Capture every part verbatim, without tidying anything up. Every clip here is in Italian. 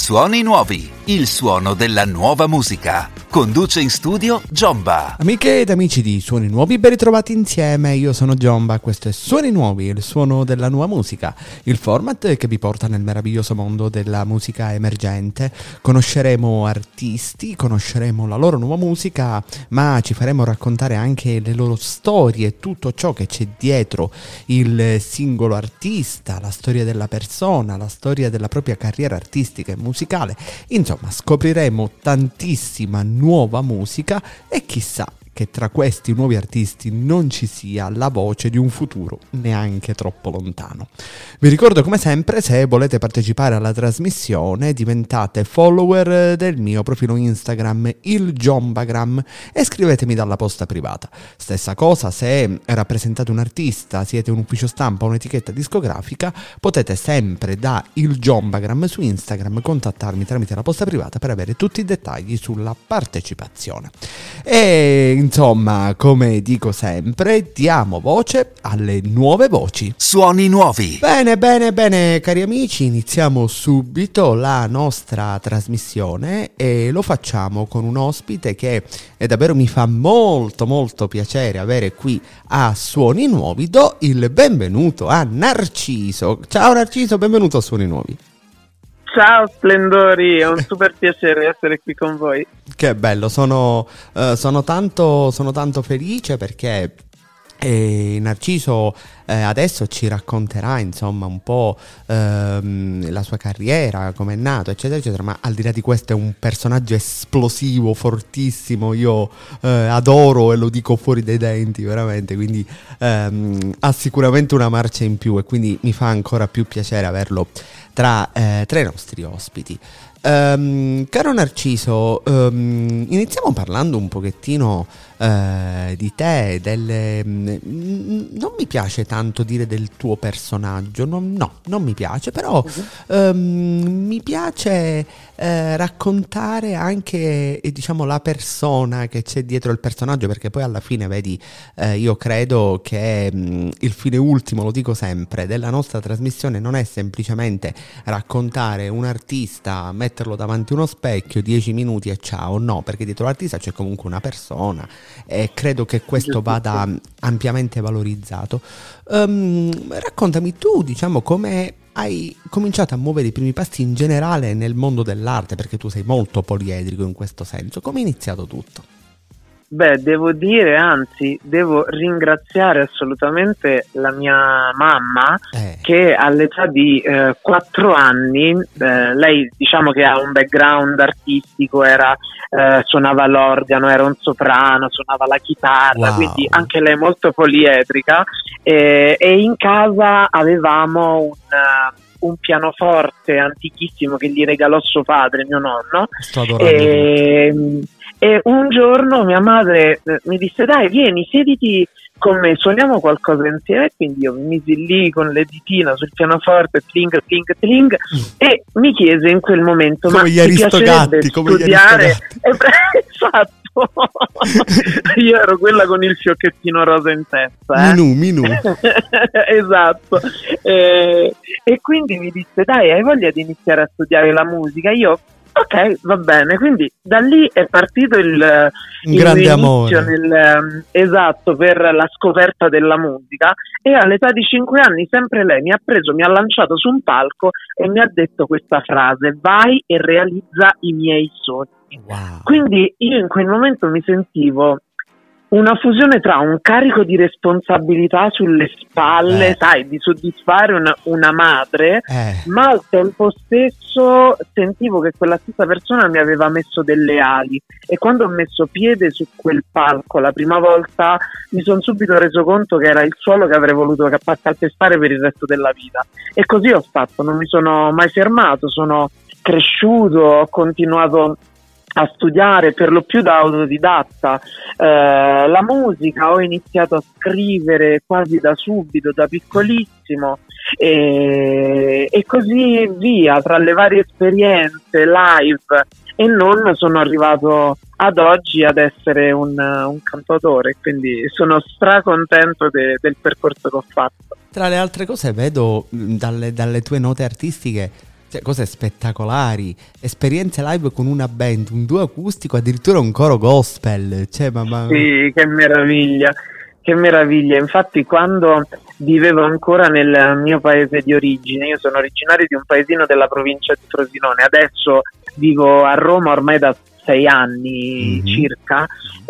Suoni nuovi, il suono della nuova musica. Conduce in studio Giomba. Amiche ed amici di Suoni Nuovi, ben ritrovati insieme. Io sono Giomba, questo è Suoni Nuovi, il suono della nuova musica, il format che vi porta nel meraviglioso mondo della musica emergente. Conosceremo artisti, conosceremo la loro nuova musica, ma ci faremo raccontare anche le loro storie, tutto ciò che c'è dietro il singolo artista, la storia della persona, la storia della propria carriera artistica e musicale. Insomma, scopriremo tantissima nuova musica e chissà che tra questi nuovi artisti non ci sia la voce di un futuro neanche troppo lontano. Vi ricordo come sempre, se volete partecipare alla trasmissione, diventate follower del mio profilo Instagram, il Giombagram, e scrivetemi dalla posta privata. Stessa cosa, se rappresentate un artista, siete un ufficio stampa o un'etichetta discografica, potete sempre da il Giombagram su Instagram contattarmi tramite la posta privata per avere tutti i dettagli sulla partecipazione. E insomma, come dico sempre, diamo voce alle nuove voci. Suoni nuovi. Bene, bene, bene, cari amici, iniziamo subito la nostra trasmissione e lo facciamo con un ospite che è davvero mi fa molto molto piacere avere qui a Suoni Nuovi. Do il benvenuto a Narciso. Ciao Narciso, benvenuto a Suoni Nuovi. Ciao splendori, è un super piacere essere qui con voi. Che bello, sono, uh, sono, tanto, sono tanto felice perché eh, Narciso eh, adesso ci racconterà insomma un po' ehm, la sua carriera, come è nato eccetera eccetera, ma al di là di questo è un personaggio esplosivo, fortissimo, io eh, adoro e lo dico fuori dai denti veramente, quindi ehm, ha sicuramente una marcia in più e quindi mi fa ancora più piacere averlo tra, eh, tra i nostri ospiti. Um, caro Narciso, um, iniziamo parlando un pochettino uh, di te, delle, mh, non mi piace tanto dire del tuo personaggio, non, no, non mi piace, però uh-huh. um, mi piace uh, raccontare anche eh, diciamo la persona che c'è dietro il personaggio, perché poi alla fine vedi, uh, io credo che mh, il fine ultimo, lo dico sempre, della nostra trasmissione non è semplicemente raccontare un artista, metterlo davanti a uno specchio dieci minuti e ciao, no, perché dietro l'artista c'è comunque una persona e credo che questo vada ampiamente valorizzato. Um, raccontami tu, diciamo, come hai cominciato a muovere i primi passi in generale nel mondo dell'arte, perché tu sei molto poliedrico in questo senso. Come è iniziato tutto? Beh, devo dire, anzi, devo ringraziare assolutamente la mia mamma eh. che all'età di eh, quattro anni, eh, lei diciamo che ha un background artistico, era eh, suonava l'organo, era un soprano, suonava la chitarra, wow. Quindi anche lei molto poliedrica, eh, e in casa avevamo un... Uh, un pianoforte antichissimo che gli regalò suo padre, mio nonno. Sto adorando. E, e un giorno mia madre mi disse: dai, vieni, siediti con me, suoniamo qualcosa insieme. Quindi io mi misi lì con le ditine sul pianoforte, tling tling tling, mm. e mi chiese in quel momento: come ma gli Aristogatti, come studiare? Gli Aristogatti. Esatto. Io ero quella con il fiocchettino rosa in testa, eh? Minù, minù. Esatto. Eh, e quindi mi disse: dai, hai voglia di iniziare a studiare la musica? Io ok, va bene. Quindi da lì è partito il, un il grande mio amore. inizio nel, esatto, per la scoperta della musica. E all'età di cinque anni sempre lei mi ha preso, mi ha lanciato su un palco e mi ha detto questa frase: vai e realizza i miei sogni. Wow. Quindi io in quel momento mi sentivo una fusione tra un carico di responsabilità sulle spalle, eh. sai, di soddisfare una, una madre, eh. ma al tempo stesso sentivo che quella stessa persona mi aveva messo delle ali, e quando ho messo piede su quel palco la prima volta mi sono subito reso conto che era il suolo che avrei voluto calpestare per il resto della vita, e così ho fatto, non mi sono mai fermato, sono cresciuto, ho continuato a studiare per lo più da autodidatta eh, la musica, ho iniziato a scrivere quasi da subito, da piccolissimo, e, e così via, tra le varie esperienze live e non, sono arrivato ad oggi ad essere un, un cantautore, quindi sono stracontento de, del percorso che ho fatto. Tra le altre cose vedo dalle, dalle tue note artistiche Cioè, cose spettacolari, esperienze live con una band, un duo acustico, addirittura un coro gospel. Cioè, mamma... Sì, che meraviglia, che meraviglia. Infatti, quando vivevo ancora nel mio paese di origine, io sono originario di un paesino della provincia di Frosinone, adesso vivo a Roma ormai da sei anni mm-hmm. circa.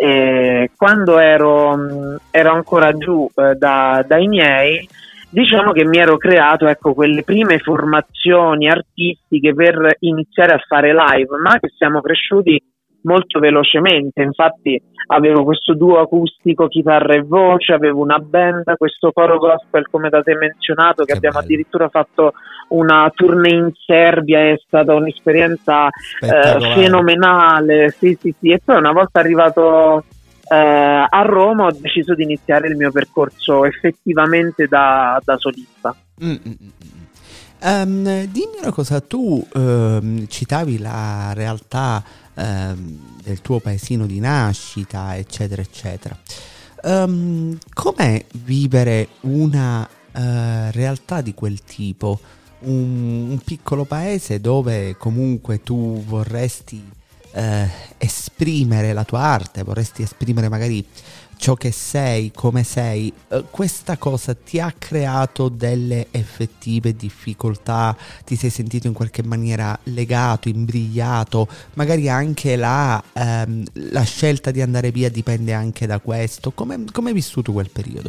E quando ero, ero ancora giù eh, da, dai miei, diciamo che mi ero creato, ecco, quelle prime formazioni artistiche per iniziare a fare live, ma che siamo cresciuti molto velocemente. Infatti avevo questo duo acustico, chitarra e voce, avevo una band, questo coro gospel come da te menzionato, che, che abbiamo bello. Addirittura fatto una tournée in Serbia, è stata un'esperienza eh, fenomenale, sì sì sì. E poi una volta arrivato eh, a Roma ho deciso di iniziare il mio percorso effettivamente da, da solista. Mm-mm. Um, dimmi una cosa, tu um, citavi la realtà um, del tuo paesino di nascita, eccetera eccetera. Um, com'è vivere una uh, realtà di quel tipo? Un, un piccolo paese dove comunque tu vorresti uh, esprimere la tua arte, vorresti esprimere magari ciò che sei, come sei. Uh, questa cosa ti ha creato delle effettive difficoltà? Ti sei sentito in qualche maniera legato, imbrigliato? Magari anche la, um, la scelta di andare via dipende anche da questo. Come hai vissuto quel periodo?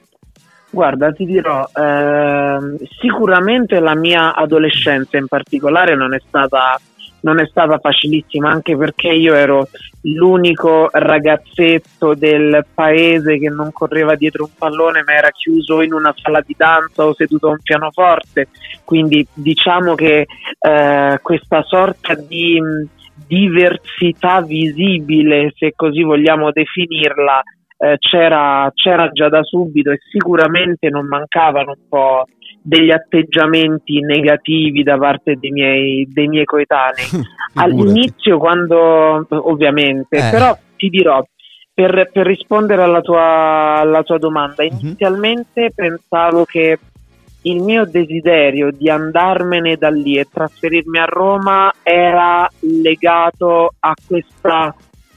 Guarda, ti dirò, eh, sicuramente la mia adolescenza in particolare non è stata non è stata facilissima, anche perché io ero l'unico ragazzetto del paese che non correva dietro un pallone, ma era chiuso in una sala di danza o seduto a un pianoforte. Quindi diciamo che eh, questa sorta di mh, diversità visibile, se così vogliamo definirla, eh, c'era, c'era già da subito, e sicuramente non mancavano un po' degli atteggiamenti negativi da parte dei miei, dei miei coetanei all'inizio, quando ovviamente eh. però ti dirò, per, per rispondere alla tua, alla tua domanda, inizialmente uh-huh. pensavo che il mio desiderio di andarmene da lì e trasferirmi a Roma era legato a questa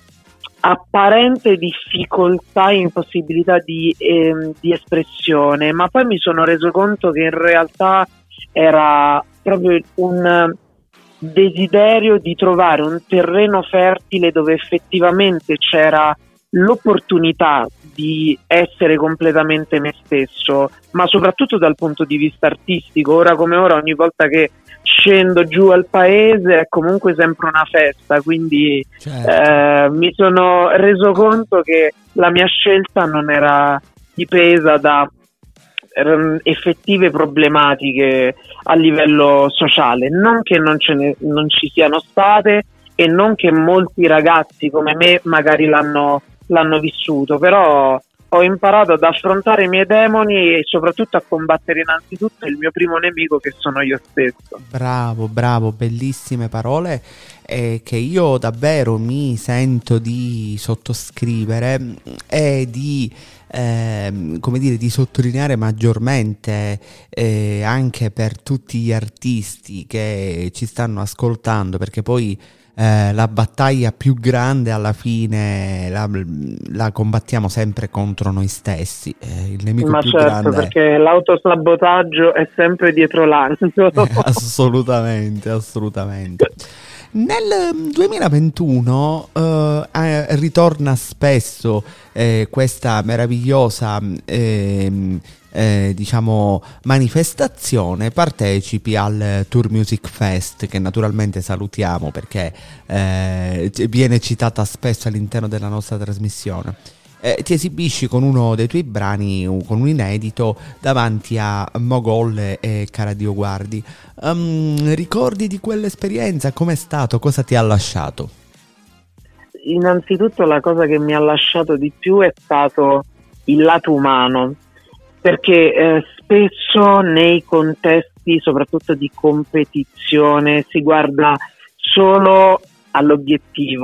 apparente difficoltà e impossibilità di, ehm, di espressione, ma poi mi sono reso conto che in realtà era proprio un desiderio di trovare un terreno fertile dove effettivamente c'era l'opportunità di essere completamente me stesso, ma soprattutto dal punto di vista artistico. Ora come ora, ogni volta che scendo giù al paese è comunque sempre una festa, quindi certo. eh, mi sono reso conto che la mia scelta non era dipesa da eh, effettive problematiche a livello sociale, non che non, ce ne, non ci siano state, e non che molti ragazzi come me magari l'hanno, l'hanno vissuto, però ho imparato ad affrontare i miei demoni e soprattutto a combattere innanzitutto il mio primo nemico, che sono io stesso. Bravo, bravo, bellissime parole eh, che io davvero mi sento di sottoscrivere e di, eh, come dire, di sottolineare maggiormente eh, anche per tutti gli artisti che ci stanno ascoltando, perché poi Eh, la battaglia più grande alla fine la, la combattiamo sempre contro noi stessi. Eh, il nemico Ma più certo, grande perché l'autosabotaggio è sempre dietro l'angolo. Eh, assolutamente, assolutamente. Nel duemilaventuno eh, eh, ritorna spesso eh, questa meravigliosa eh, eh, diciamo manifestazione, partecipi al Tour Music Fest, che naturalmente salutiamo perché eh, viene citata spesso all'interno della nostra trasmissione. Eh, ti esibisci con uno dei tuoi brani, con un inedito, davanti a Mogol e Cara Dio Guardi. Um, ricordi di quell'esperienza? Com'è stato? Cosa ti ha lasciato? Innanzitutto la cosa che mi ha lasciato di più è stato il lato umano, perché eh, spesso nei contesti, soprattutto di competizione, si guarda solo all'obiettivo.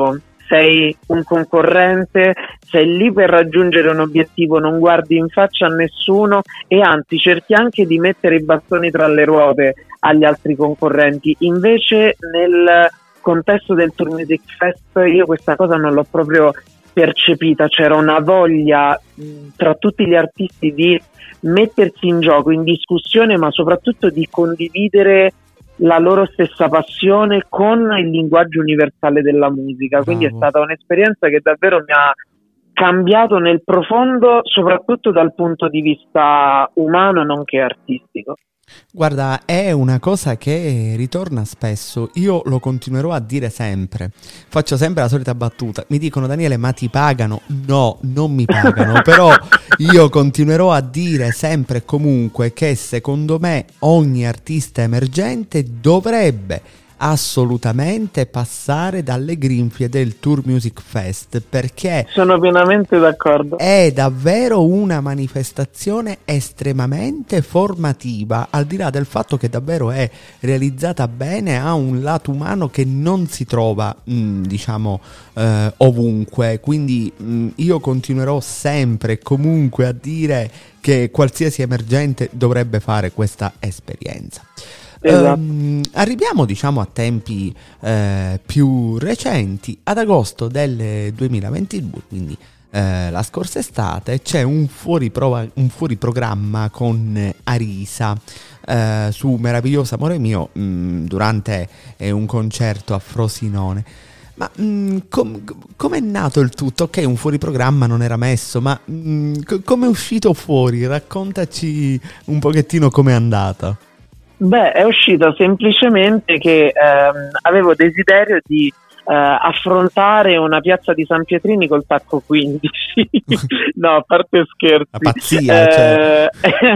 sei un concorrente, sei lì per raggiungere un obiettivo, non guardi in faccia a nessuno e anzi cerchi anche di mettere i bastoni tra le ruote agli altri concorrenti. Invece nel contesto del Tour Music Fest io questa cosa non l'ho proprio percepita, c'era una voglia mh, tra tutti gli artisti di mettersi in gioco, in discussione, ma soprattutto di condividere la loro stessa passione con il linguaggio universale della musica. Quindi Bravo. È stata un'esperienza che davvero mi ha cambiato nel profondo, soprattutto dal punto di vista umano nonché artistico. Guarda, è una cosa che ritorna spesso, io lo continuerò a dire sempre, faccio sempre la solita battuta, mi dicono Daniele ma ti pagano? No, non mi pagano, però io continuerò a dire sempre e comunque che secondo me ogni artista emergente dovrebbe assolutamente passare dalle grinfie del Tour Music Fest, perché sono pienamente d'accordo, è davvero una manifestazione estremamente formativa, al di là del fatto che davvero è realizzata bene, ha un lato umano che non si trova mh, diciamo eh, ovunque, quindi mh, io continuerò sempre e comunque a dire che qualsiasi emergente dovrebbe fare questa esperienza. Esatto. Um, arriviamo diciamo a tempi eh, più recenti. Ad agosto del duemilaventidue, quindi eh, la scorsa estate, c'è un fuori, prova, un fuori programma con Arisa eh, su Meraviglioso Amore Mio mh, durante eh, un concerto a Frosinone. Ma mh, com- com'è nato il tutto? Ok, un fuori programma non era messo, ma mh, co- come è uscito fuori? Raccontaci un pochettino com'è andata. Beh, è uscito semplicemente che ehm, avevo desiderio di eh, affrontare una piazza di San Pietrini col tacco quindici. No, a parte scherzi. La pazzia, eh, cioè.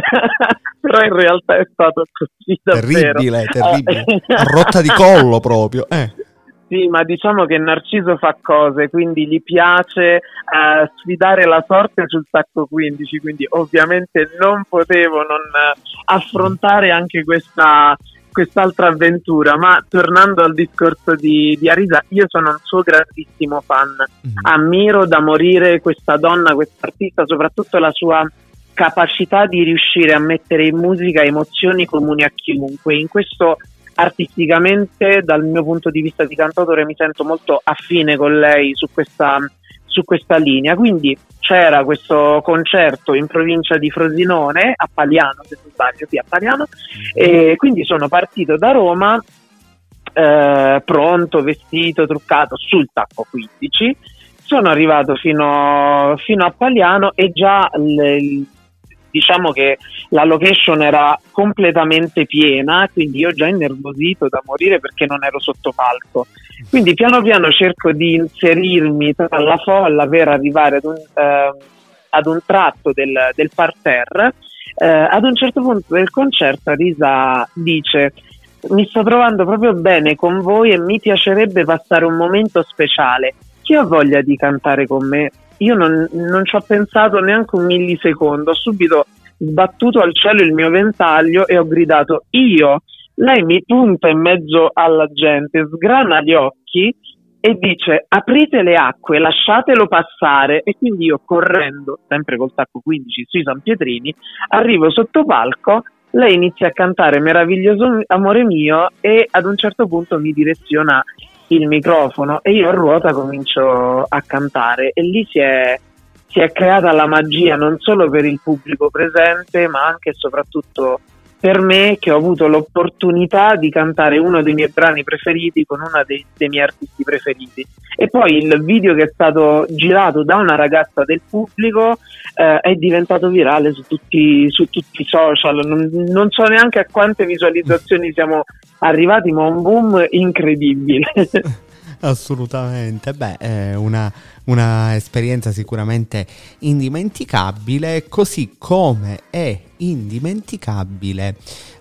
Però in realtà è stato così davvero. Terribile, terribile. A rotta di collo proprio. Eh. Sì, ma diciamo che Narciso fa cose, quindi gli piace uh, sfidare la sorte sul tacco quindici, quindi ovviamente non potevo non uh, affrontare anche questa quest'altra avventura. Ma tornando al discorso di, di Arisa, io sono un suo grandissimo fan, mm-hmm. ammiro da morire questa donna, questa artista, soprattutto la sua capacità di riuscire a mettere in musica emozioni comuni a chiunque. In questo artisticamente, dal mio punto di vista di cantautore, mi sento molto affine con lei su questa, su questa linea. Quindi c'era questo concerto in provincia di Frosinone, a Paliano se non sbaglio, sì, a Paliano, e quindi sono partito da Roma eh, pronto, vestito, truccato, sul tacco quindici. Sono arrivato fino, fino a Paliano e già l, diciamo che la location era completamente piena, quindi io già innervosito da morire perché non ero sotto palco. Quindi piano piano cerco di inserirmi tra la folla per arrivare ad un, eh, ad un tratto del, del parterre. Eh, ad un certo punto del concerto Arisa dice: mi sto trovando proprio bene con voi e mi piacerebbe passare un momento speciale. Chi ha voglia di cantare con me? Io non, non ci ho pensato neanche un millisecondo, ho subito sbattuto al cielo il mio ventaglio e ho gridato io. Lei mi punta in mezzo alla gente, sgrana gli occhi e dice: aprite le acque, lasciatelo passare. E quindi io, correndo, sempre col tacco quindici sui San Pietrini, arrivo sotto palco, lei inizia a cantare Meraviglioso Amore Mio e ad un certo punto mi direziona il microfono e io a ruota comincio a cantare, e lì si è, si è creata la magia non solo per il pubblico presente ma anche e soprattutto per me, che ho avuto l'opportunità di cantare uno dei miei brani preferiti con uno dei, dei miei artisti preferiti. E poi il video che è stato girato da una ragazza del pubblico eh, è diventato virale su tutti, su tutti i social, non, non so neanche a quante visualizzazioni siamo arrivati, ma un boom incredibile. Assolutamente, beh, è una, una esperienza sicuramente indimenticabile, così come è indimenticabile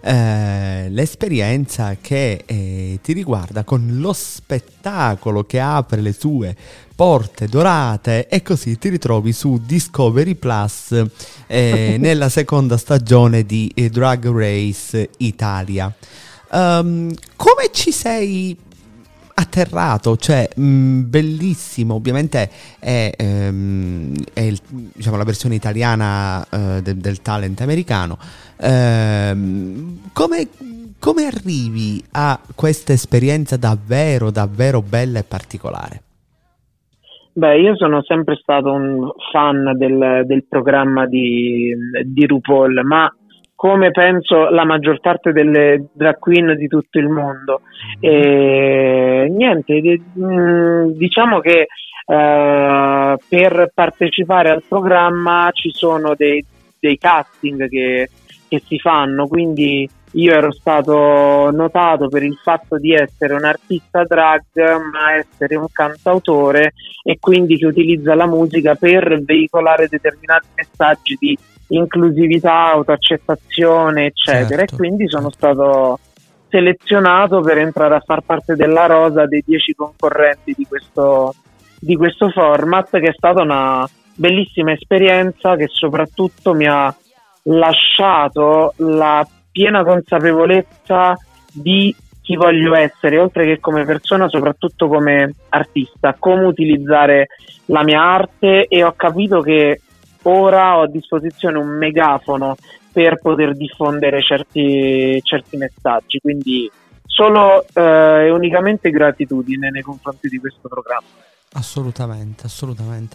eh, l'esperienza che eh, ti riguarda con lo spettacolo che apre le sue porte dorate, e così ti ritrovi su Discovery Plus eh, nella seconda stagione di eh, Drag Race Italia. Um, come ci sei atterrato, cioè mh, bellissimo. Ovviamente è, ehm, è il, diciamo, la versione italiana eh, del, del talent americano. Ehm, come, come arrivi a questa esperienza davvero, davvero bella e particolare? Beh, io sono sempre stato un fan del, del programma di, di RuPaul, ma come penso la maggior parte delle drag queen di tutto il mondo. E niente, diciamo che eh, per partecipare al programma ci sono dei, dei casting che, che si fanno, quindi io ero stato notato per il fatto di essere un artista drag, ma essere un cantautore, e quindi che utilizza la musica per veicolare determinati messaggi di inclusività, autoaccettazione, eccetera. Certo. E quindi sono stato selezionato per entrare a far parte della rosa dei dieci concorrenti di questo, di questo format, che è stata una bellissima esperienza, che soprattutto mi ha lasciato la piena consapevolezza di chi voglio essere, oltre che come persona, soprattutto come artista, come utilizzare la mia arte, e ho capito che ora ho a disposizione un megafono per poter diffondere certi, certi messaggi, quindi solo eh, e unicamente gratitudine nei confronti di questo programma. Assolutamente, assolutamente.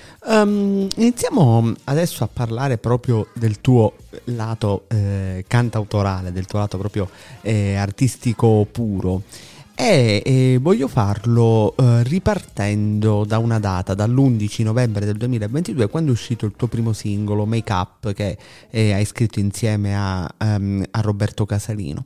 Um, iniziamo adesso a parlare proprio del tuo lato eh, cantautorale, del tuo lato proprio eh, artistico puro. E, e voglio farlo eh, ripartendo da una data, dall'undici novembre del duemilaventidue, quando è uscito il tuo primo singolo, Make Up, che eh, hai scritto insieme a, um, a Roberto Casalino.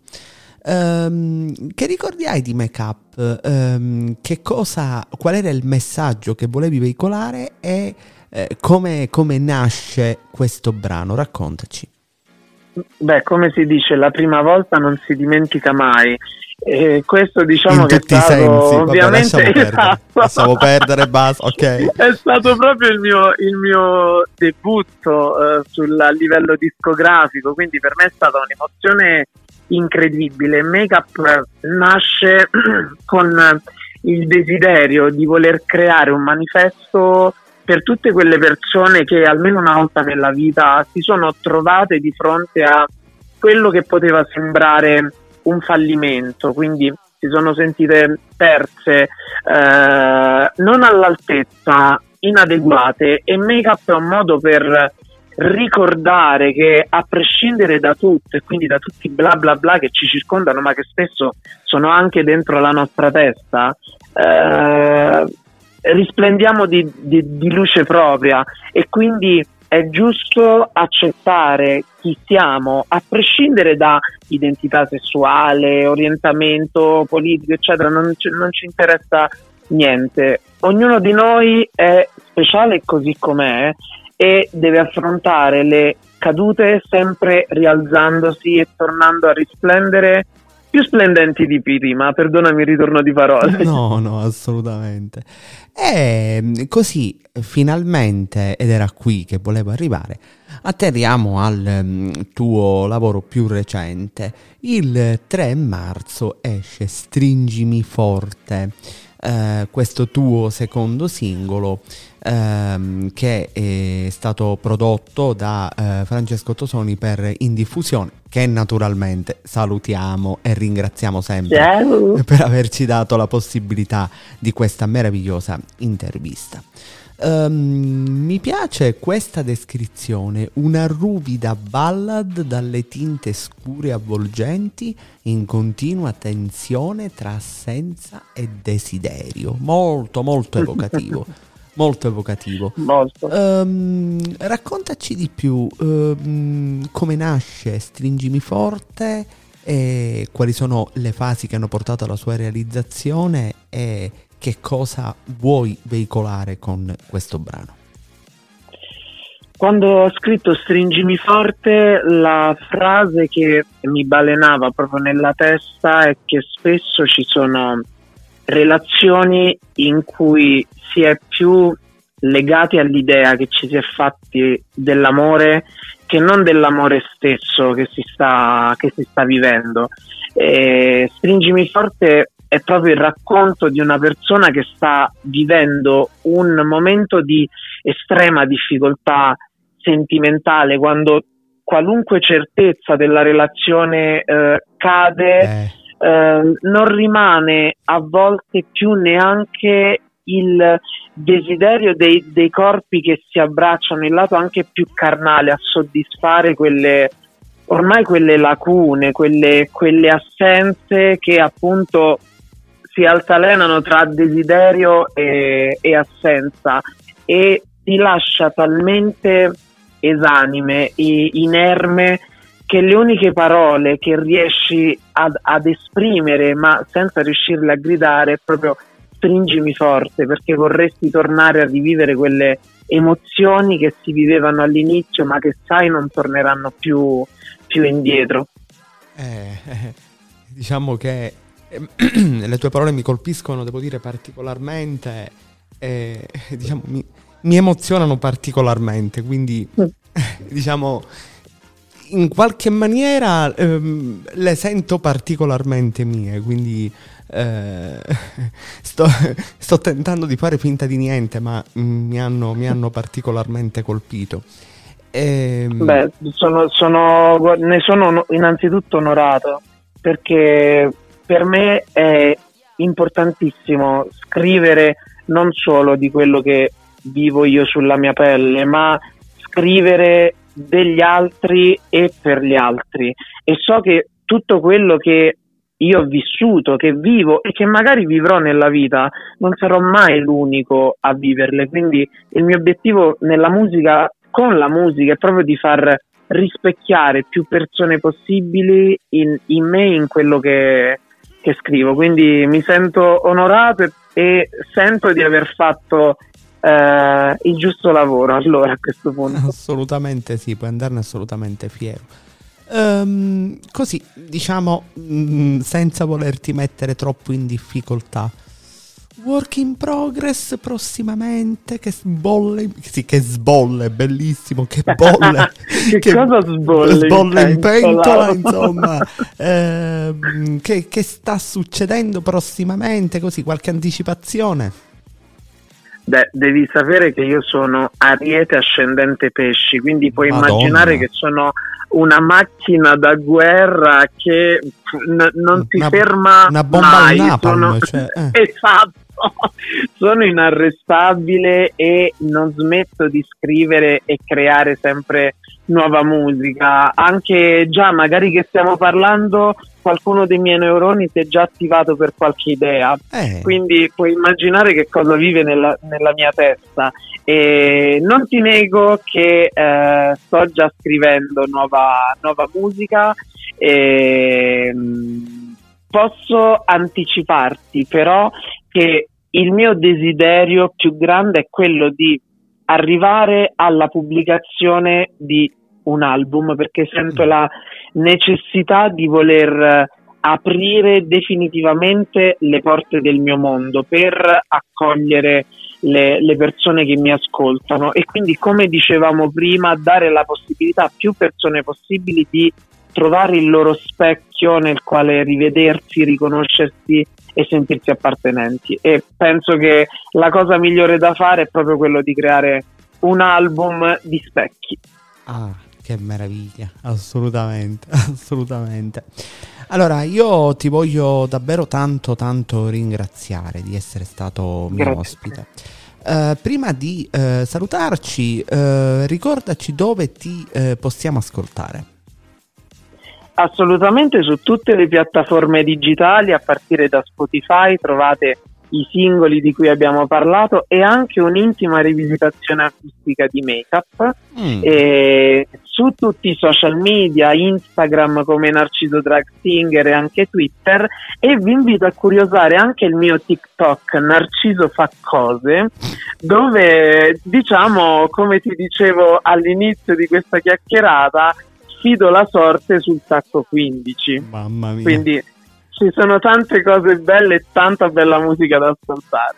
Um, che ricordi hai di Make Up? Um, che cosa, qual era il messaggio che volevi veicolare e eh, come, come nasce questo brano? Raccontaci. Beh, come si dice, la prima volta non si dimentica mai. E questo diciamo in che tutti è stato i sensi. ovviamente Vabbè, lasciamo esatto. perdere, lasciamo perdere, basta, ok. È stato proprio il mio, il mio debutto eh, sul a livello discografico, quindi per me è stata un'emozione incredibile. Make Up nasce con il desiderio di voler creare un manifesto per tutte quelle persone che almeno una volta nella vita si sono trovate di fronte a quello che poteva sembrare un fallimento, quindi si sono sentite perse, eh, non all'altezza, inadeguate, e Make Up è un modo per ricordare che, a prescindere da tutto e quindi da tutti i bla bla bla che ci circondano, ma che spesso sono anche dentro la nostra testa, eh, risplendiamo di, di, di luce propria, e quindi è giusto accettare chi siamo, a prescindere da identità sessuale, orientamento politico, eccetera. Non ci, non ci interessa niente. Ognuno di noi è speciale così com'è e deve affrontare le cadute sempre rialzandosi e tornando a risplendere più splendenti di prima. Perdonami il ritorno di parole. No, no, assolutamente. E così finalmente, ed era qui che volevo arrivare, atterriamo al um, tuo lavoro più recente. Il tre marzo esce Stringimi Forte, eh, questo tuo secondo singolo, ehm, che è stato prodotto da eh, Francesco Tosoni per Indiffusione, che naturalmente salutiamo e ringraziamo sempre Ciao. per averci dato la possibilità di questa meravigliosa intervista. Um, mi piace questa descrizione, una ruvida ballad dalle tinte scure e avvolgenti, in continua tensione tra assenza e desiderio. Molto molto evocativo. Molto evocativo. Molto. Um, raccontaci di più, um, come nasce Stringimi Forte e quali sono le fasi che hanno portato alla sua realizzazione e che cosa vuoi veicolare con questo brano. Quando ho scritto Stringimi Forte, la frase che mi balenava proprio nella testa è che spesso ci sono relazioni in cui si è più legati all'idea che ci si è fatti dell'amore che non dell'amore stesso che si sta, che si sta vivendo. E Stringimi Forte è proprio il racconto di una persona che sta vivendo un momento di estrema difficoltà sentimentale, quando qualunque certezza della relazione eh, cade, eh. Eh, non rimane a volte più neanche il desiderio dei, dei corpi che si abbracciano, il lato anche più carnale a soddisfare quelle ormai quelle lacune, quelle, quelle assenze che appunto si altalenano tra desiderio e, e assenza, e ti lascia talmente esanime e inerme che le uniche parole che riesci ad, ad esprimere, ma senza riuscirle a gridare, è proprio stringimi forte, perché vorresti tornare a rivivere quelle emozioni che si vivevano all'inizio, ma che sai non torneranno più, più indietro. Eh, eh, diciamo che eh, le tue parole mi colpiscono, devo dire, particolarmente, eh, diciamo, mi, mi emozionano particolarmente, quindi mm. diciamo in qualche maniera ehm, le sento particolarmente mie, quindi eh, sto, sto tentando di fare finta di niente, ma mm, mi hanno, mi hanno particolarmente colpito. E... Beh, sono, sono, ne sono innanzitutto onorato, perché per me è importantissimo scrivere non solo di quello che vivo io sulla mia pelle, ma scrivere degli altri e per gli altri, e so che tutto quello che io ho vissuto, che vivo e che magari vivrò nella vita, non sarò mai l'unico a viverle, quindi il mio obiettivo nella musica, con la musica, è proprio di far rispecchiare più persone possibili in, in me, in quello che, che scrivo, quindi mi sento onorato e, e sento di aver fatto Uh, il giusto lavoro, allora, a questo punto. Assolutamente sì, puoi andarne assolutamente fiero. Um, così, diciamo, mh, senza volerti mettere troppo in difficoltà, work in progress prossimamente, che sbolle, sì, che sbolle, bellissimo, che bolle, che, che cosa sbolle? Sbolle in pentola, insomma, ehm, che, che sta succedendo prossimamente, così, qualche anticipazione? De- devi sapere che io sono Ariete ascendente Pesci, quindi puoi Madonna. immaginare che sono una macchina da guerra che n- non si una, ferma una bomba mai. al napalm, Sono... cioè, eh. Esatto, sono inarrestabile e non smetto di scrivere e creare sempre nuova musica. Anche già, magari che stiamo parlando, qualcuno dei miei neuroni si è già attivato per qualche idea, eh. quindi puoi immaginare che cosa vive nella, nella mia testa. E non ti nego che eh, sto già scrivendo nuova, nuova musica, e mh, posso anticiparti però che il mio desiderio più grande è quello di arrivare alla pubblicazione di un album, perché sento la necessità di voler aprire definitivamente le porte del mio mondo per accogliere le, le persone che mi ascoltano, e quindi, come dicevamo prima, dare la possibilità a più persone possibili di trovare il loro specchio nel quale rivedersi, riconoscersi e sentirsi appartenenti. E penso che la cosa migliore da fare è proprio quello di creare un album di specchi. Ah, che meraviglia, assolutamente, assolutamente. Allora, io ti voglio davvero tanto tanto ringraziare di essere stato mio Grazie. ospite. Uh, prima di uh, salutarci, uh, ricordaci dove ti uh, possiamo ascoltare. Assolutamente, su tutte le piattaforme digitali, a partire da Spotify trovate i singoli di cui abbiamo parlato e anche un'intima rivisitazione acustica di Make Up. Mm. E su tutti i social media, Instagram come Narciso Drag Singer e anche Twitter, e vi invito a curiosare anche il mio TikTok Narciso fa cose, dove, diciamo, come ti dicevo all'inizio di questa chiacchierata, sfido la sorte sul tacco quindici. Mamma mia. Quindi ci sono tante cose belle e tanta bella musica da ascoltare.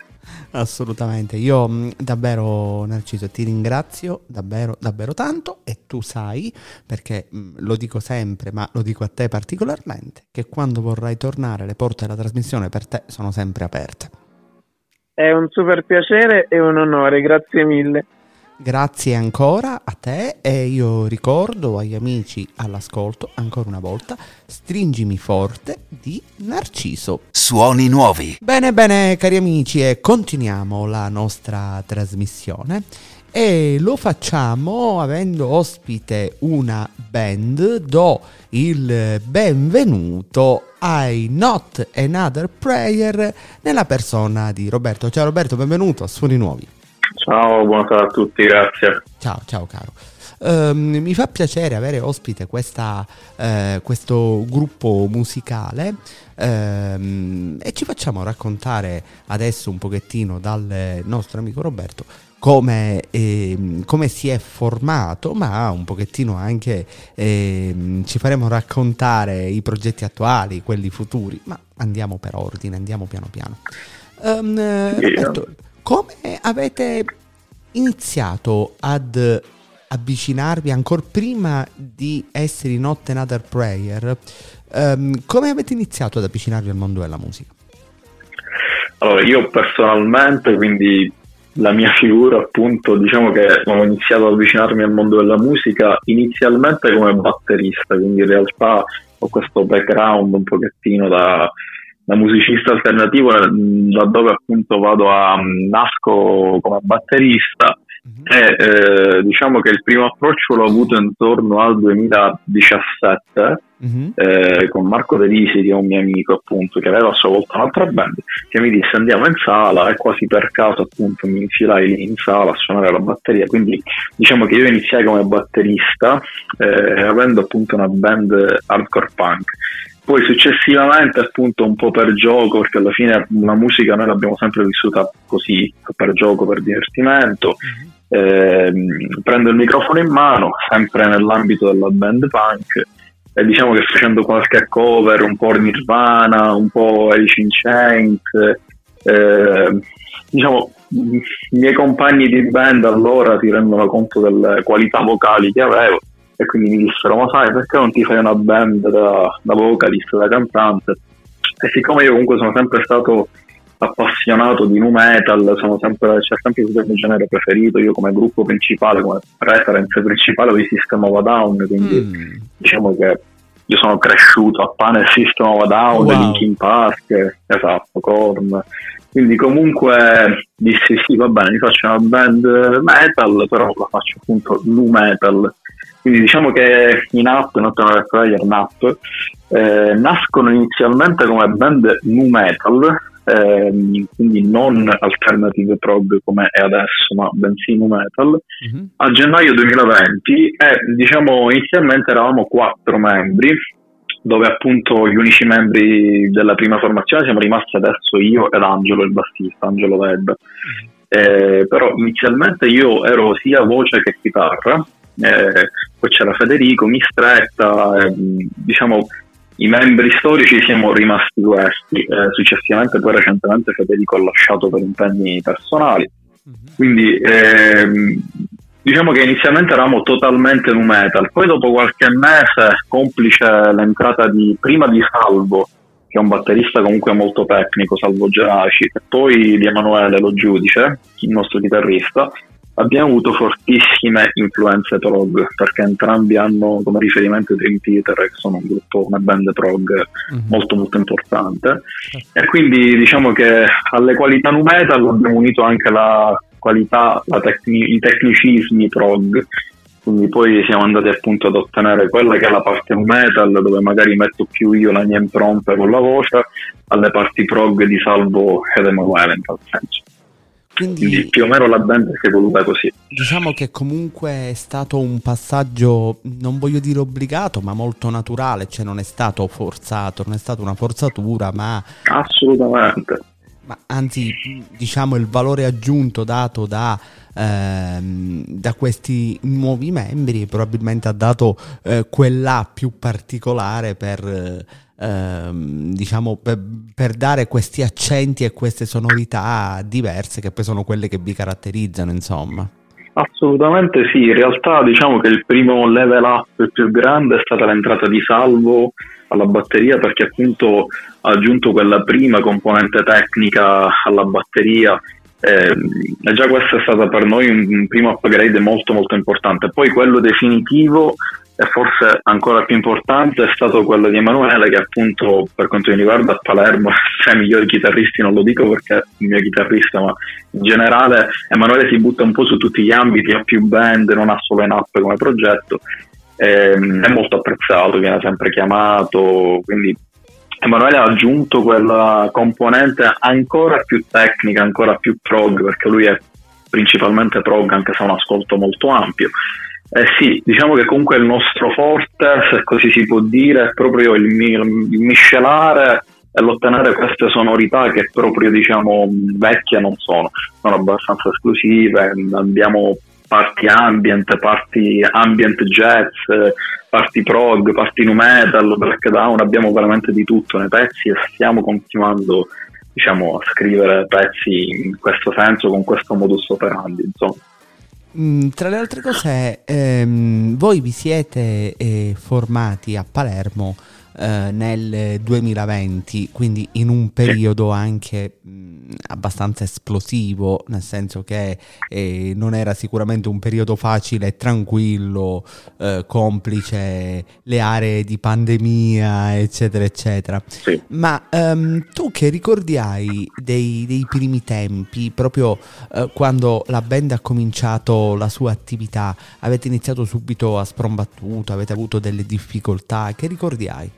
Assolutamente, io mh, davvero Narciso ti ringrazio davvero davvero tanto, e tu sai, perché mh, lo dico sempre, ma lo dico a te particolarmente, che quando vorrai tornare le porte della trasmissione per te sono sempre aperte. È un super piacere e un onore, grazie mille. Grazie ancora a te, e io ricordo agli amici all'ascolto ancora una volta: Stringimi forte di Narciso. Suoni nuovi. Bene bene cari amici, e continuiamo la nostra trasmissione, e lo facciamo avendo ospite una band. Do il benvenuto ai Not Another Prayer nella persona di Roberto. Ciao Roberto, benvenuto a Suoni Nuovi. Ciao, buonasera a tutti, grazie. Ciao, ciao caro. Uh, mi fa piacere avere ospite questa, uh, questo gruppo musicale, uh, e ci facciamo raccontare adesso un pochettino dal nostro amico Roberto come, eh, come si è formato, ma un pochettino anche eh, ci faremo raccontare i progetti attuali, quelli futuri, ma andiamo per ordine, andiamo piano piano. Um, Roberto, come avete iniziato ad avvicinarvi, ancora prima di essere in Not Another Prayer, um, come avete iniziato ad avvicinarvi al mondo della musica? Allora, io personalmente, quindi la mia figura, appunto, diciamo che ho iniziato ad avvicinarmi al mondo della musica inizialmente come batterista, quindi in realtà ho questo background un pochettino da da musicista alternativo, laddove appunto vado a nasco come batterista, mm-hmm. e eh, diciamo che il primo approccio l'ho avuto intorno al duemiladiciassette, mm-hmm. eh, con Marco De Risi, che è un mio amico appunto, che aveva a sua volta un'altra band, che mi disse andiamo in sala, e quasi per caso appunto mi infilai lì in sala a suonare la batteria. Quindi diciamo che io iniziai come batterista, eh, avendo appunto una band hardcore punk. Poi successivamente, appunto, un po' per gioco, perché alla fine la musica noi l'abbiamo sempre vissuta così, per gioco, per divertimento, eh, prendo il microfono in mano, sempre nell'ambito della band punk, e diciamo che facendo qualche cover, un po' Nirvana, un po' Alice in Chains, eh, diciamo, i miei compagni di band allora si rendono conto delle qualità vocali che avevo, e quindi mi dissero ma sai perché non ti fai una band da, da vocalist, da cantante? E siccome io comunque sono sempre stato appassionato di nu metal, sono sempre, c'è sempre stato il mio genere preferito, io come gruppo principale, come reference principale ho i System of a Down, quindi mm. diciamo che io sono cresciuto a pane System of a Down, wow. Linkin Park, esatto, Korn. Quindi comunque dissi sì, va bene, mi faccio una band metal, però la faccio appunto nu metal. Quindi diciamo che i N A P, Not Another Prayer, N A P, eh, nascono inizialmente come band nu metal, eh, quindi non alternative prog come è adesso, ma bensì nu metal, mm-hmm. a gennaio duemilaventi, e diciamo inizialmente eravamo quattro membri, dove appunto gli unici membri della prima formazione siamo rimasti adesso io ed Angelo, il bassista, Angelo Vedda. Mm-hmm. Eh, però inizialmente io ero sia voce che chitarra. Eh, poi c'era Federico, Mistretta, eh, diciamo i membri storici siamo rimasti questi, eh, successivamente poi recentemente Federico ha lasciato per impegni personali, mm-hmm. quindi eh, diciamo che inizialmente eravamo totalmente nu metal, poi dopo qualche mese, complice l'entrata di prima di Salvo, che è un batterista comunque molto tecnico, Salvo Geraci, e poi di Emanuele Lo Giudice, il nostro chitarrista, abbiamo avuto fortissime influenze prog, perché entrambi hanno come riferimento i Dream Theater, che sono un gruppo, una band prog mm-hmm. molto molto importante, e quindi diciamo che alle qualità nu metal abbiamo unito anche la qualità, la tecni- i tecnicismi prog, quindi poi siamo andati appunto ad ottenere quella che è la parte nu metal, dove magari metto più io la mia impronta con la voce, alle parti prog di Salvo ed Emanuele in tal senso. Quindi, Quindi più o meno la band si è evoluta così. Diciamo che comunque è stato un passaggio, non voglio dire obbligato, ma molto naturale, cioè non è stato forzato, non è stata una forzatura, ma assolutamente. Ma anzi, diciamo, il valore aggiunto dato da ehm, da questi nuovi membri, e probabilmente ha dato eh, quell'A più particolare per ehm, diciamo per, per dare questi accenti e queste sonorità diverse che poi sono quelle che vi caratterizzano, insomma. Assolutamente sì, in realtà diciamo che il primo level up più grande è stata l'entrata di Salvo alla batteria, perché appunto ha aggiunto quella prima componente tecnica alla batteria, eh, e già questo è stato per noi un, un primo upgrade molto molto importante. Poi quello definitivo, e forse ancora più importante, è stato quello di Emanuele, che appunto per quanto mi riguarda a Palermo tra i migliori chitarristi, non lo dico perché è il mio chitarrista, ma in generale Emanuele si butta un po' su tutti gli ambiti, ha più band, non ha solo In Up come progetto, ehm, è molto apprezzato, viene sempre chiamato, quindi Emanuele ha aggiunto quella componente ancora più tecnica, ancora più prog, perché lui è principalmente prog, anche se ha un ascolto molto ampio. Eh sì, diciamo che comunque il nostro forte, se così si può dire, è proprio il, il miscelare e l'ottenere queste sonorità che proprio, diciamo, vecchie non sono, sono abbastanza esclusive. Abbiamo parti ambient, parti ambient jazz, parti prog, parti nu metal, breakdown, abbiamo veramente di tutto nei pezzi e stiamo continuando, diciamo, a scrivere pezzi in questo senso, con questo modus operandi, insomma. Mm, tra le altre cose, ehm, voi vi siete eh, formati a Palermo eh, nel duemilaventi, quindi in un periodo anche mh, abbastanza esplosivo, nel senso che eh, non era sicuramente un periodo facile e tranquillo, eh, complice le aree di pandemia, eccetera eccetera. Sì. Ma um, tu che ricordi hai dei, dei primi tempi, proprio uh, quando la band ha cominciato la sua attività? Avete iniziato subito a sprombattuto, avete avuto delle difficoltà? Che ricordi hai?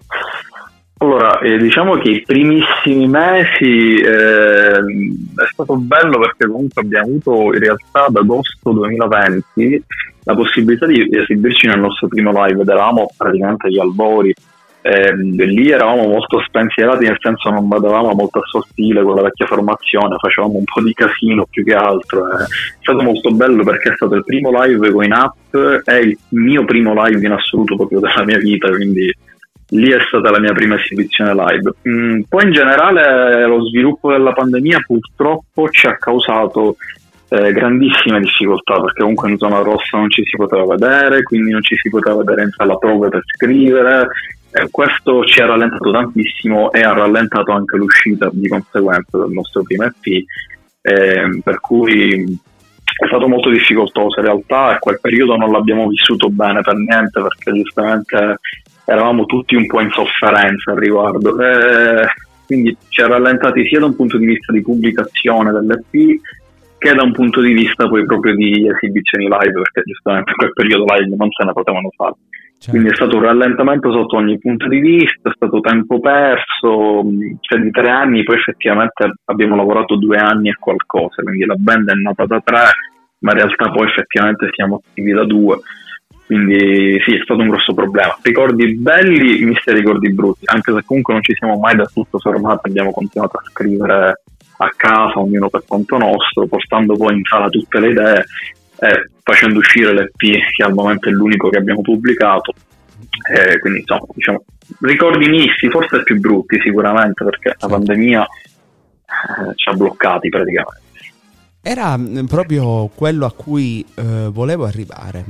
Allora, eh, diciamo che i primissimi mesi eh, è stato bello, perché comunque abbiamo avuto in realtà ad agosto duemilaventi la possibilità di esibirci nel nostro primo live, ed eravamo praticamente agli albori. Eh, lì eravamo molto spensierati, nel senso non badavamo molto a suo stile con la vecchia formazione, facevamo un po' di casino più che altro. Eh. È stato molto bello perché è stato il primo live con In Up, è il mio primo live in assoluto proprio della mia vita, quindi lì è stata la mia prima esibizione live. Mm, poi in generale lo sviluppo della pandemia purtroppo ci ha causato eh, grandissime difficoltà, perché comunque in zona rossa non ci si poteva vedere, quindi non ci si poteva vedere in sala prove per scrivere. Eh, questo ci ha rallentato tantissimo e ha rallentato anche l'uscita di conseguenza del nostro primo E P, eh, per cui è stato molto difficoltoso in realtà, e quel periodo non l'abbiamo vissuto bene per niente, perché giustamente eravamo tutti un po' in sofferenza al riguardo, eh, quindi ci ha rallentati sia da un punto di vista di pubblicazione dell'E P che da un punto di vista poi proprio di esibizioni live, perché giustamente in quel periodo live non se ne potevano fare. Certo. Quindi è stato un rallentamento sotto ogni punto di vista, è stato tempo perso, cioè di tre anni poi effettivamente abbiamo lavorato due anni e qualcosa, quindi la band è nata da tre, ma in realtà poi effettivamente siamo attivi da due, quindi sì, è stato un grosso problema. Ricordi belli, misti ricordi brutti, anche se comunque non ci siamo mai del tutto fermati, abbiamo continuato a scrivere a casa, ognuno per conto nostro, portando poi in sala tutte le idee e facendo uscire l'E P, che al momento è l'unico che abbiamo pubblicato. E quindi insomma, diciamo, ricordi misti, forse più brutti sicuramente, perché la pandemia eh, ci ha bloccati praticamente. Era proprio quello a cui eh, volevo arrivare,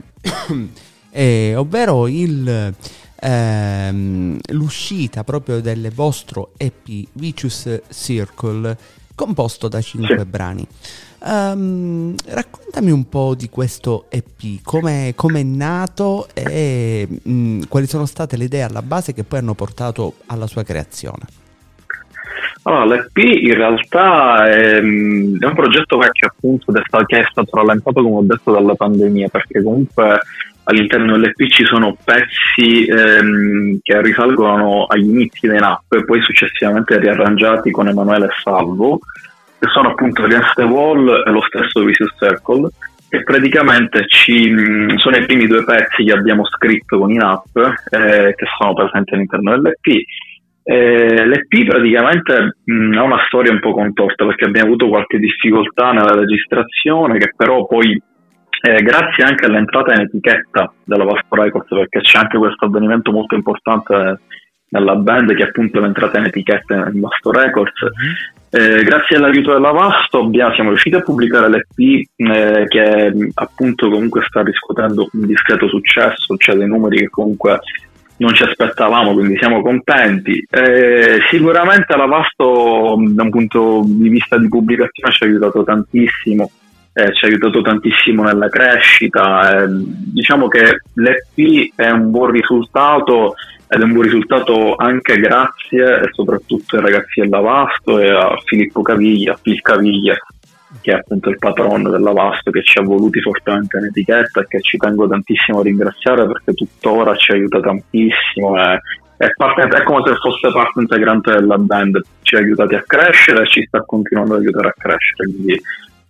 eh, ovvero il, ehm, l'uscita proprio del vostro E P Vicious Circle, composto da cinque sì. brani. Um, raccontami un po' di questo E P, come è nato e mh, quali sono state le idee alla base che poi hanno portato alla sua creazione. Allora, l'E P in realtà è, è un progetto vecchio, appunto, che è stato rallentato, come ho detto, dalla pandemia, perché comunque all'interno dell'E P ci sono pezzi ehm, che risalgono agli inizi dei In Up e poi successivamente riarrangiati con Emanuele e Salvo, che sono appunto Against the Wall e lo stesso Vicious Circle, che praticamente ci, sono i primi due pezzi che abbiamo scritto con In Up, eh, che sono presenti all'interno dell'E P. Eh, L'E P praticamente mh, ha una storia un po' contorta, perché abbiamo avuto qualche difficoltà nella registrazione, che però poi eh, grazie anche all'entrata in etichetta della Vasto Records, perché c'è anche questo avvenimento molto importante nella band, che è appunto l'entrata in etichetta in Vasto Records. Mm-hmm. Eh, grazie all'aiuto della Vasto abbiamo, siamo riusciti a pubblicare l'E P eh, che appunto comunque sta riscuotendo un discreto successo, cioè dei numeri che comunque non ci aspettavamo, quindi siamo contenti. Eh, sicuramente la Vasto da un punto di vista di pubblicazione ci ha aiutato tantissimo, eh, ci ha aiutato tantissimo nella crescita. Eh, diciamo che l'E P è un buon risultato, ed è un buon risultato anche grazie e soprattutto ai ragazzi della Vasto e a Filippo Caviglia, Phil Caviglia, che è appunto il patron della Vasto, che ci ha voluti fortemente in etichetta e che ci tengo tantissimo a ringraziare, perché tuttora ci aiuta tantissimo. È, è, parte, è come se fosse parte integrante della band, ci ha aiutati a crescere e ci sta continuando ad aiutare a crescere. Quindi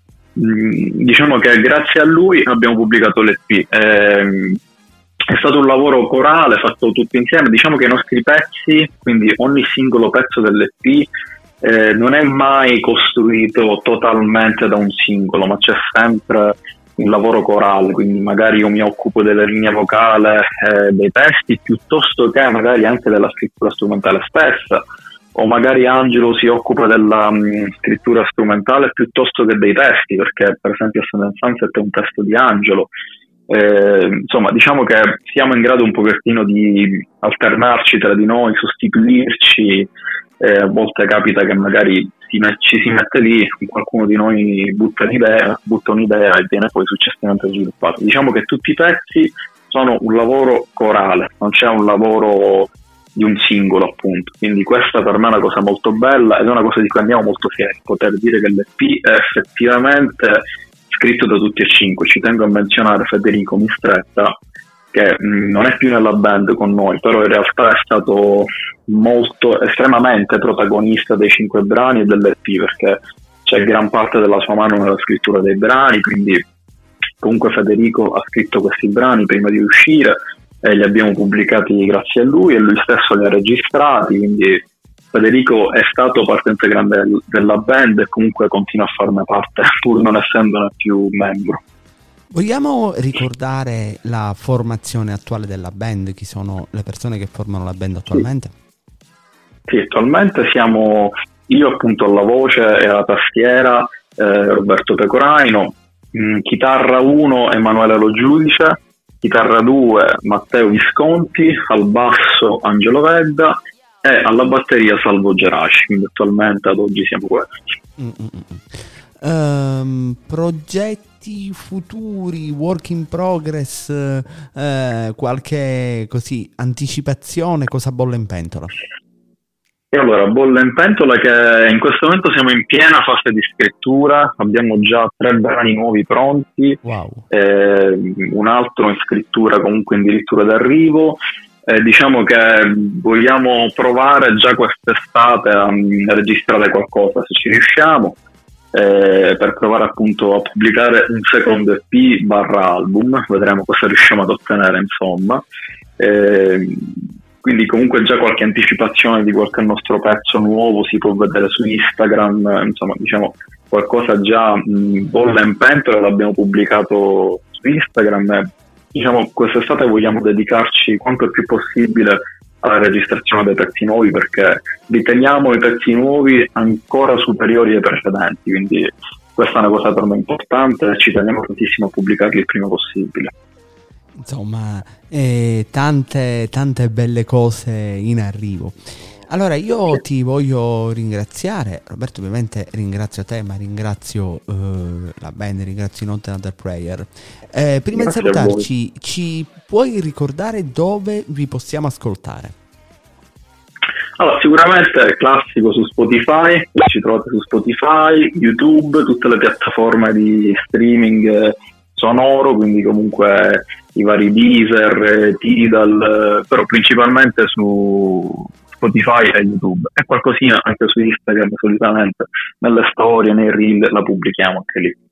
mh, diciamo che grazie a lui abbiamo pubblicato l'E P. Ehm, È stato un lavoro corale fatto tutti insieme. Diciamo che i nostri pezzi, quindi ogni singolo pezzo dell'E P, eh, non è mai costruito totalmente da un singolo, ma c'è sempre un lavoro corale, quindi magari io mi occupo della linea vocale, eh, dei testi, piuttosto che magari anche della scrittura strumentale stessa, o magari Angelo si occupa della um, scrittura strumentale piuttosto che dei testi, perché per esempio Ascendant Sunset è un testo di Angelo. Eh, insomma, diciamo che siamo in grado un pochettino di alternarci tra di noi, sostituirci. Eh, a volte capita che magari si met- ci si mette lì, qualcuno di noi butta un'idea, butta un'idea e viene poi successivamente sviluppato. Diciamo che tutti i pezzi sono un lavoro corale, non c'è un lavoro di un singolo, appunto. Quindi questa per me è una cosa molto bella ed è una cosa di cui andiamo molto fieri, poter dire che l'E P è effettivamente scritto da tutti e cinque. Ci tengo a menzionare Federico Mistretta, che mh, non è più nella band con noi, però in realtà è stato molto, estremamente protagonista dei cinque brani e dell'E P, perché c'è gran parte della sua mano nella scrittura dei brani. Quindi comunque Federico ha scritto questi brani prima di uscire e li abbiamo pubblicati grazie a lui, e lui stesso li ha registrati. Quindi Federico è stato parte integrante della band e comunque continua a farne parte pur non essendone più membro. Vogliamo ricordare la formazione attuale della band? Chi sono le persone che formano la band attualmente? Sì, sì, attualmente siamo io appunto alla voce e alla tastiera, eh, Roberto Pecoraino, mh, chitarra uno Emanuele Lo Giudice, chitarra due Matteo Visconti, al basso Angelo Vedda e alla batteria Salvo Geraci. Quindi attualmente ad oggi siamo questi. Um, progetti futuri, work in progress, eh, qualche così anticipazione, cosa bolle in pentola? E allora, bolle in pentola che in questo momento siamo in piena fase di scrittura, abbiamo già tre brani nuovi pronti, wow. eh, un altro in scrittura, comunque addirittura d'arrivo. Eh, diciamo che vogliamo provare già quest'estate a, a registrare qualcosa, se ci riusciamo, eh, per provare appunto a pubblicare un secondo E P barra album. Vedremo cosa riusciamo ad ottenere, insomma. Eh, quindi comunque già qualche anticipazione di qualche nostro pezzo nuovo si può vedere su Instagram, insomma, diciamo qualcosa già mh, bolla in pentola, l'abbiamo pubblicato su Instagram. E, diciamo, quest'estate vogliamo dedicarci quanto più possibile alla registrazione dei pezzi nuovi, perché riteniamo i pezzi nuovi ancora superiori ai precedenti, quindi questa è una cosa per me importante e ci teniamo tantissimo a pubblicarli il prima possibile. Insomma, eh, tante tante belle cose in arrivo. Allora io ti voglio ringraziare, Roberto. Ovviamente ringrazio te, ma ringrazio uh, la band, ringrazio Not Another Prayer. Eh, prima Grazie di salutarci, ci puoi ricordare dove vi possiamo ascoltare? Allora, sicuramente è classico su Spotify, ci trovate su Spotify, YouTube, tutte le piattaforme di streaming sonoro, quindi comunque i vari Deezer, Tidal, però principalmente su Spotify e YouTube, e qualcosina anche su Instagram. Solitamente nelle storie, nei reel la pubblichiamo anche lì.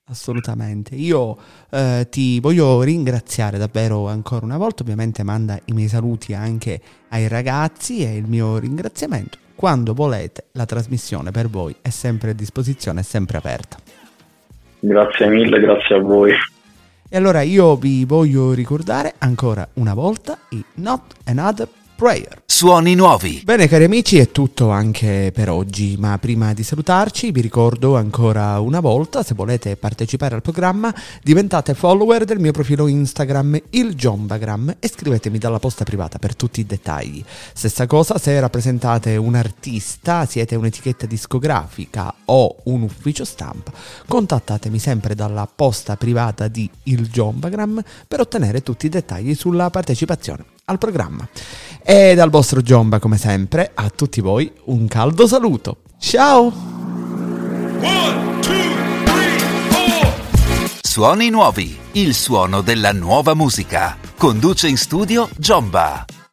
Assolutamente. Io eh, ti voglio ringraziare davvero ancora una volta. Ovviamente manda i miei saluti anche ai ragazzi e il mio ringraziamento. Quando volete, la trasmissione per voi è sempre a disposizione, è sempre aperta. Grazie mille, grazie a voi. E allora io vi voglio ricordare ancora una volta i Not Another Prayer. Suoni nuovi. Bene cari amici, è tutto anche per oggi, ma prima di salutarci vi ricordo ancora una volta, se volete partecipare al programma diventate follower del mio profilo Instagram, il Jombagram, e scrivetemi dalla posta privata per tutti i dettagli. Stessa cosa se rappresentate un artista, siete un'etichetta discografica o un ufficio stampa, contattatemi sempre dalla posta privata di il Jombagram per ottenere tutti i dettagli sulla partecipazione al programma. E dal vostro Giomba, come sempre, a tutti voi un caldo saluto. Ciao! One, two, three, four. Suoni nuovi, il suono della nuova musica. Conduce in studio Giomba.